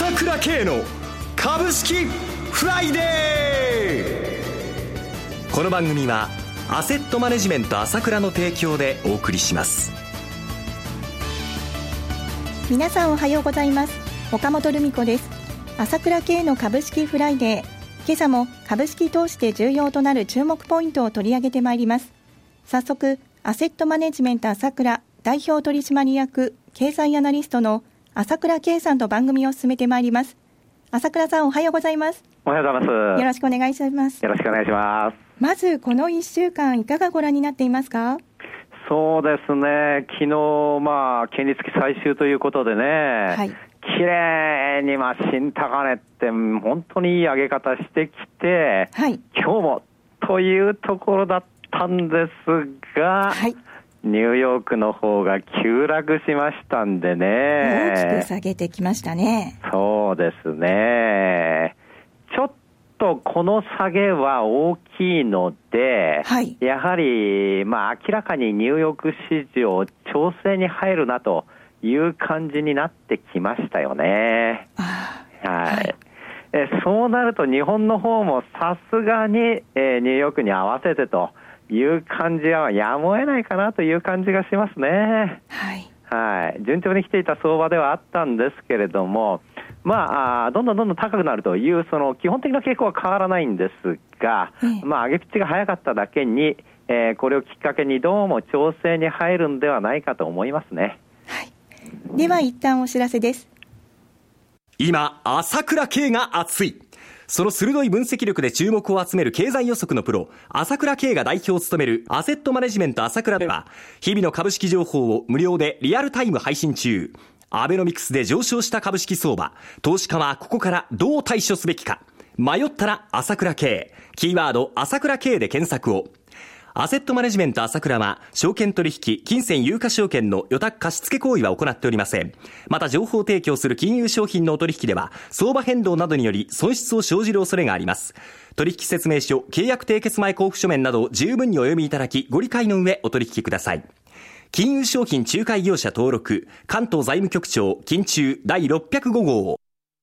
朝倉慶の株式フライデー。この番組はアセットマネジメント朝倉の提供でお送りします。 皆さんおはようございます。岡本留美子です。朝倉慶の株式フライデー、今朝も株式投資で重要となる注目ポイントを取り上げてまいります。早速、アセットマネジメント朝倉代表取締役経済アナリストの朝倉慶さんと番組を進めてまいります。朝倉さん、おはようございます。 おはようございます。 よろしくお願いします。 よろしくお願いします。 まずこの1週間いかがご覧になっていますか？ そうですね、昨日権利付き最終ということでね、はい、綺麗に新高値って本当にいい上げ方してきて、はい、今日もというところだったんですが、はい、ニューヨークの方が急落しましたんでね、 大きく下げてきましたね。 そうですね、ちょっとこの下げは大きいので、はい、やはり明らかにニューヨーク市場調整に入るなという感じになってきましたよね。はい、そうなると日本の方もさすがに、ニューヨークに合わせてという感じはやむを得ないかなという感じがしますね。はい、順調に来ていた相場ではあったんですけれども、どんどん高くなるというその基本的な傾向は変わらないんですが、上げピッチが早かっただけに、これをきっかけにどうも調整に入るんではないかと思いますね。 はい、では一旦お知らせです。 今朝倉慶が熱い。その鋭い分析力で注目を集める経済予測のプロ、朝倉慶が代表を務めるアセットマネジメント朝倉では、日々の株式情報を無料でリアルタイム配信中。アベノミクスで上昇した株式相場、投資家はここからどう対処すべきか。迷ったら朝倉慶、キーワード朝倉慶で検索を。アセットマネジメント朝倉は、証券取引、金銭有価証券の予託貸付行為は行っておりません。また情報提供する金融商品のお取引では、相場変動などにより損失を生じる恐れがあります。取引説明書、契約締結前交付書面などを十分にお読みいただき、ご理解の上お取引ください。金融商品仲介業者登録、関東財務局長金中第605号。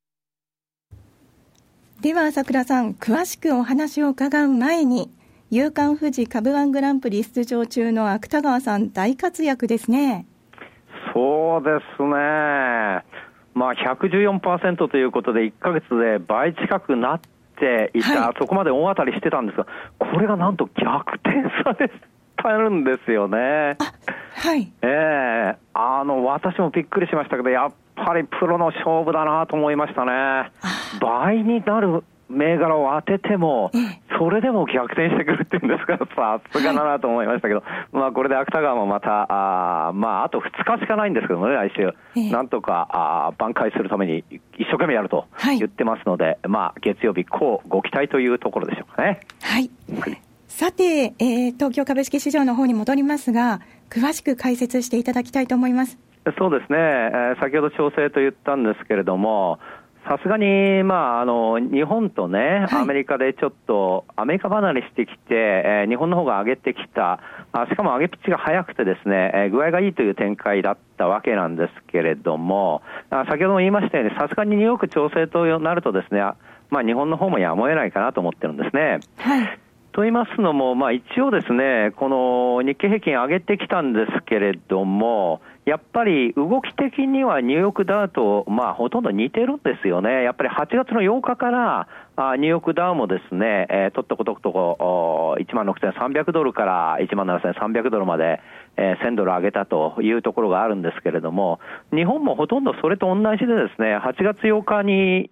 では朝倉さん、詳しくお話を伺う前に、夕刊富士株ワングランプリ出場中の芥川さん、大活躍ですね。 そうですね、114% ということで1ヶ月で倍近くなっていた、そこまで大当たりしてたんですが、これがなんと逆転されてるんですよね。 はい、 私もびっくりしましたけど、やっぱりプロの勝負だなと思いましたね。倍になる銘柄を当てても、それでも逆転してくるっていうんですから、さすがだなと思いましたけど、これで芥川もまた、あと2日しかないんですけどもね、来週、なんとか挽回するために一生懸命やると言ってますので、月曜日、ご期待というところでしょうかね。はい。 さて、東京株式市場の方に戻りますが、詳しく解説していただきたいと思います。 そうですね、先ほど調整と言ったんですけれども、さすがに、日本とね、アメリカでちょっとアメリカ離れしてきて、日本の方が上げてきた、しかも上げピッチが早くてですね、具合がいいという展開だったわけなんですけれども、先ほども言いましたように、さすがにニューヨーク調整となるとですね、日本の方もやむを得ないかなと思ってるんですね。と言いますのも、一応ですね、この日経平均上げてきたんですけれども、やっぱり動き的にはニューヨークダウと、ほとんど似てるんですよね。やっぱり8月の8日からニューヨークダウもですね、とっとこ16,300ドルから17,300ドルまで1000ドル上げたというところがあるんですけれども、日本もほとんどそれと同じでですね、8月8日に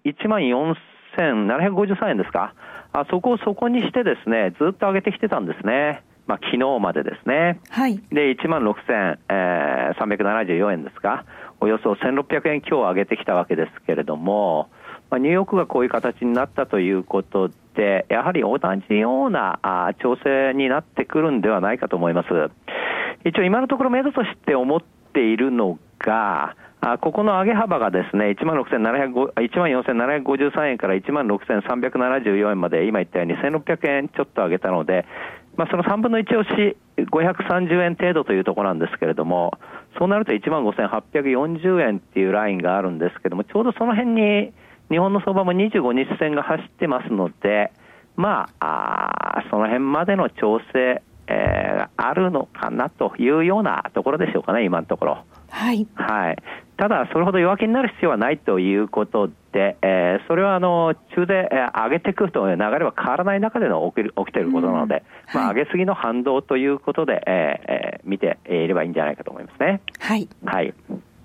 14,753円ですか、そこを底にしてですね、ずっと上げてきてたんですね。昨日までですね。で、16,374 円ですか。およそ1,600円今日上げてきたわけですけれども、ニューヨークがこういう形になったということで、やはり同じような調整になってくるんではないかと思います。一応今のところ目処として思っているのが、ここの上げ幅がですね、14,753 円から 16,374 円まで、今言ったように1,600円ちょっと上げたので、その3分の1押し530円程度というところなんですけれども、そうなると 15,840 円っていうラインがあるんですけども、ちょうどその辺に日本の相場も25日線が走ってますので、まあ、その辺までの調整、あるのかなというようなところでしょうかね、今のところ。 はい。 はい。ただ、それほど弱気になる必要はないということで、それは中で、上げてくるという流れは変わらない中での起きていることなので、まあ、上げすぎの反動ということで、見ていればいいんじゃないかと思いますね。 はい。 はい。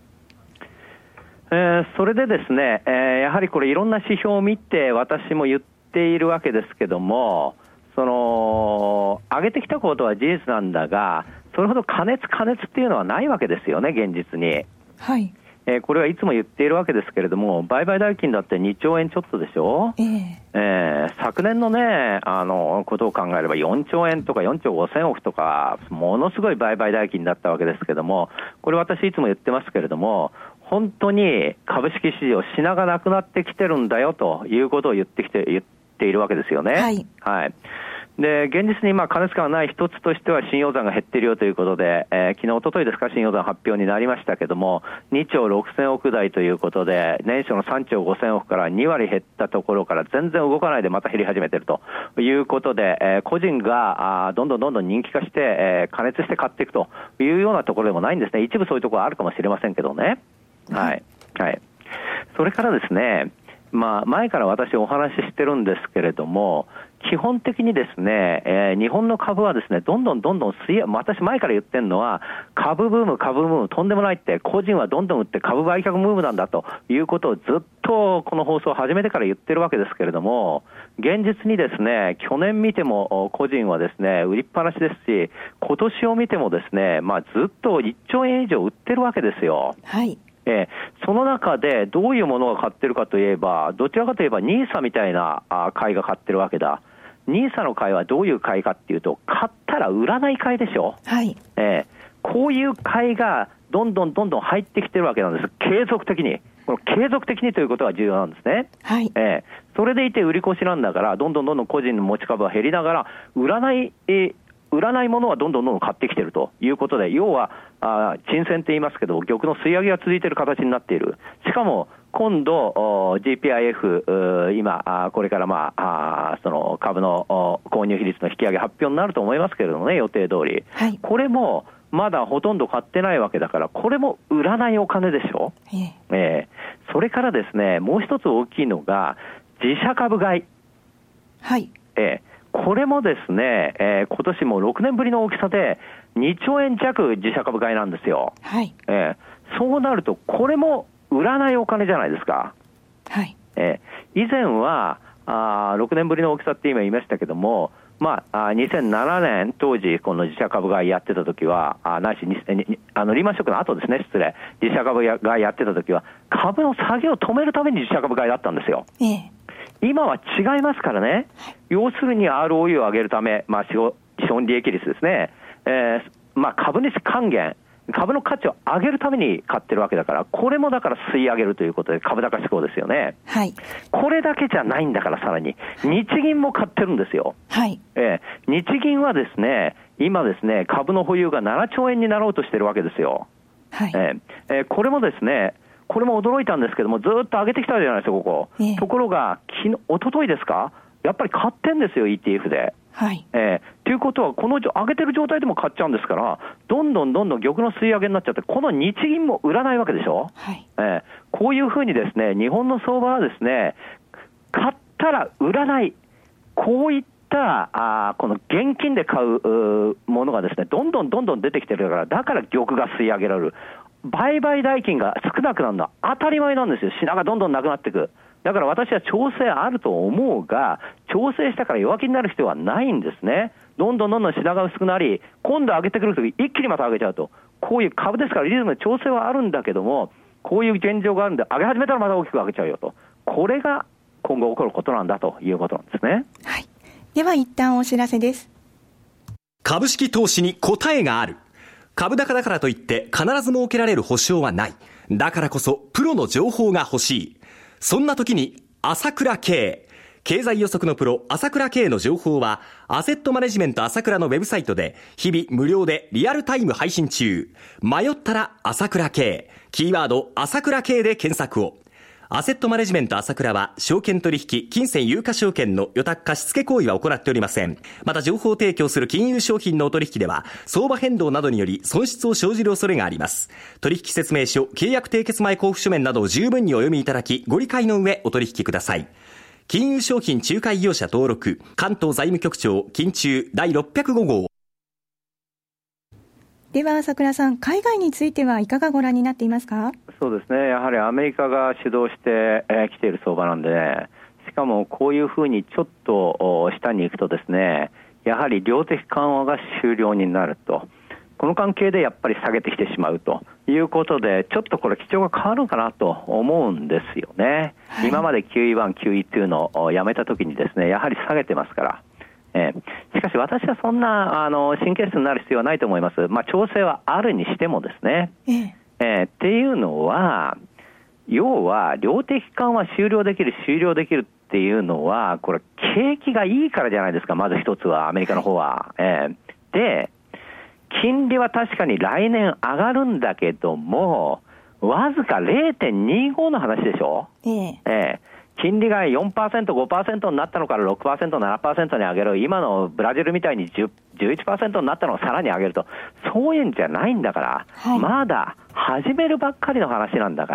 それでですね、やはりこれいろんな指標を見て私も言っているわけですけども、上げてきたことは事実なんだが、それほど過熱っていうのはないわけですよね、現実に。 はい。 これはいつも言っているわけですけれども、売買代金だって2兆円ちょっとでしょ。昨年のね、ことを考えれば4兆円とか4兆5千億とか、ものすごい売買代金だったわけですけども、これ私いつも言ってますけれども、本当に株式市場品がなくなってきてるんだよということを言っているわけですよね。 はい。 はい。で、現実に過熱感がない一つとしては信用残が減っているよということで、昨日、一昨日ですか、信用残発表になりましたけども、2兆6千億台ということで、年初の3兆5千億から2割減ったところから全然動かないでまた減り始めているということで、個人がどんどん人気化して、加熱して買っていくというようなところでもないんですね。一部そういうところはあるかもしれませんけどね。はい。はい。それからですね、前から私お話ししてるんですけれども、基本的にですね、日本の株はですね、どんどん私前から言ってるのは、株ブームとんでもないって、個人はどんどん売って株売却ムーブなんだということをずっとこの放送を始めてから言ってるわけですけれども、現実にですね、去年見ても個人はですね、売りっぱなしですし、今年を見てもですね、ずっと1兆円以上売ってるわけですよ。 はい。 その中でどういうものが買ってるかといえば、どちらかといえば NISA みたいな買いが買ってるわけだ。NISA の買いはどういう買いかっていうと、買ったら売らない買いでしょ。 はい。 こういう買いがどんどん入ってきてるわけなんです。継続的に。この継続的にということが重要なんですね。 はい。 それでいて売り越しなんだから、どんどん個人の持ち株は減りながら、売らないものはどんどん買ってきているということで、要は沈船って言いますけど、玉の吸い上げが続いている形になっている。しかも今度 GPIF 今これからその株の購入比率の引き上げ発表になると思いますけれどもね、予定通り、 はい、 これもまだほとんど買ってないわけだから、これも売らないお金でしょ。それからですね、もう一つ大きいのが自社株買い。 はい。 これもですね、今年も6年ぶりの大きさで2兆円弱自社株買いなんですよ。 はい。 そうなるとこれも売らないお金じゃないですか。 はい。 以前は6年ぶりの大きさって今言いましたけども、2007年当時この自社株買いやってた時はないしリーマンショックの後ですね、失礼、自社株買いやってた時は株の下げを止めるために自社株買いだったんですよ。今は違いますからね。要するに ROE を上げるため、資本利益率ですね、株主還元、株の価値を上げるために買ってるわけだから、これもだから吸い上げるということで株高志向ですよね。 はい。 これだけじゃないんだから、さらに日銀も買ってるんですよ。 はい。 日銀はですね、今ですね、株の保有が7兆円になろうとしてるわけですよ。 はい。 これもですね、これも驚いたんですけども、ずっと上げてきたじゃないですか、ここ。ところが、一昨日ですか、やっぱり買ってんですよ、ETF で。 はい。 ということは、この上げてる状態でも買っちゃうんですから、どんどん玉の吸い上げになっちゃって、この日銀も売らないわけでしょ。 はい。 こういうふうにですね、日本の相場はですね、買ったら売らない、こういったこの現金で買うものがですね、どんどん出てきてるから、だから玉が吸い上げられる。売買代金が少なくなるのは当たり前なんですよ。品がどんどんなくなっていく。だから私は調整あると思うが、調整したから弱気になる必要はないんですね。どんどん品が薄くなり、今度上げてくるとき一気にまた上げちゃうと。こういう株ですからリズムで調整はあるんだけども、こういう現状があるんで、上げ始めたらまた大きく上げちゃうよと。これが今後起こることなんだということなんですね。 はい。では一旦お知らせです。 株式投資に答えがある。株高だからといって必ず設けられる保証はない。だからこそプロの情報が欲しい。そんな時に朝倉慶。経済予測のプロ朝倉慶の情報はアセットマネジメント朝倉のウェブサイトで日々無料でリアルタイム配信中。迷ったら朝倉慶。キーワード朝倉慶で検索を。 アセットマネジメント朝倉は証券取引、金銭有価証券の予託貸付行為は行っておりません。また情報提供する金融商品のお取引では相場変動などにより損失を生じる恐れがあります。取引説明書、契約締結前交付書面などを十分にお読みいただき、ご理解の上お取引ください。金融商品仲介業者登録、関東財務局長金中第605号。 では朝倉さん、海外についてはいかがご覧になっていますか？ そうですね、やはりアメリカが主導してきている相場なんでね、しかもこういうふうにちょっと下に行くとですね、やはり量的緩和が終了になると、この関係でやっぱり下げてきてしまうということで、ちょっとこれ基調が変わるかなと思うんですよね、はい、今まで QE1、QE2 のをやめたときにですね、やはり下げてますから。しかし私はそんな神経質になる必要はないと思います。調整はあるにしてもですね、っていうのは、要は量的緩和終了できるっていうのは、これ景気がいいからじゃないですか。まず一つはアメリカの方は、で金利は確かに来年上がるんだけども、わずか 0.25 の話でしょ。金利が 4%、5% になったのから 6%、7% に上げる。今のブラジルみたいに 11% になったのをさらに上げると。そういうんじゃないんだから、はい、まだ始めるばっかりの話なんだから、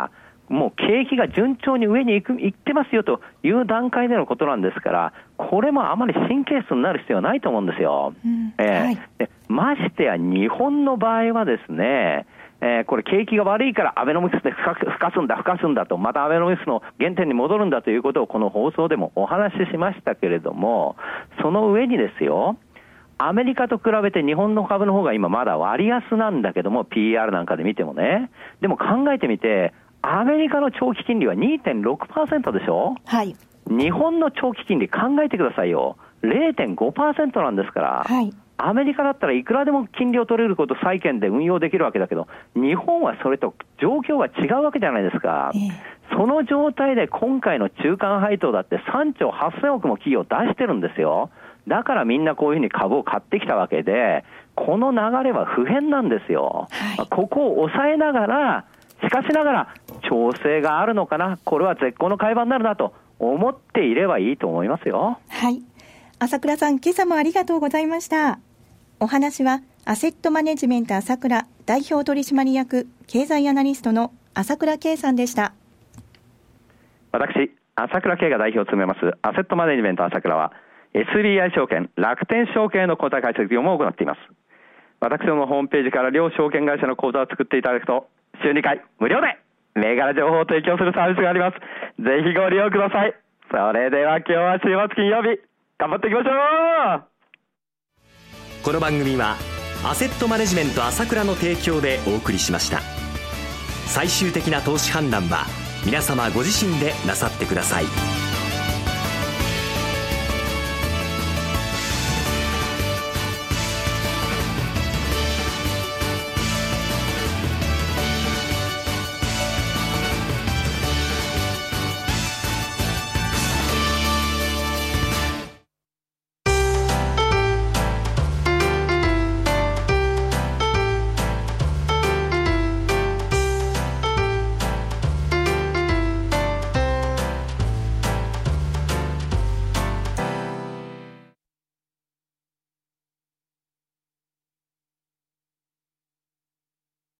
もう景気が順調に上に行ってますよという段階でのことなんですから、これもあまり神経質になる必要はないと思うんですよ。でましてや日本の場合はですね、これ景気が悪いからアベノミクスでふかすんだと、またアベノミクスの原点に戻るんだということをこの放送でもお話ししましたけれども、その上にですよ、アメリカと比べて日本の株の方が今まだ割安なんだけども、 PR なんかで見てもね。でも考えてみて、アメリカの長期金利は 2.6% でしょ、はい、日本の長期金利考えてくださいよ、 0.5% なんですから、はい、アメリカだったらいくらでも金利を取れること債券で運用できるわけだけど、日本はそれと状況が違うわけじゃないですか。その状態で今回の中間配当だって3兆8000億も企業出してるんですよ。だからみんなこういうふうに株を買ってきたわけで、この流れは不変なんですよ、はい、ここを抑えながら、しかしながら調整があるのかな、これは絶好の買い場になるなと思っていればいいと思いますよ。 はい、朝倉さん、今朝もありがとうございました。お話はアセットマネジメント朝倉代表取締役経済アナリストの朝倉圭さんでした。 私、朝倉圭が代表を務めますアセットマネジメント朝倉は SBI 証券、楽天証券の口座開設業務を行っています。私どものホームページから両証券会社の口座を作っていただくと、週2回無料で銘柄情報を提供するサービスがあります。ぜひご利用ください。それでは今日は週末金曜日、頑張っていきましょう。 この番組はアセットマネジメント朝倉の提供でお送りしました。最終的な投資判断は皆様ご自身でなさってください。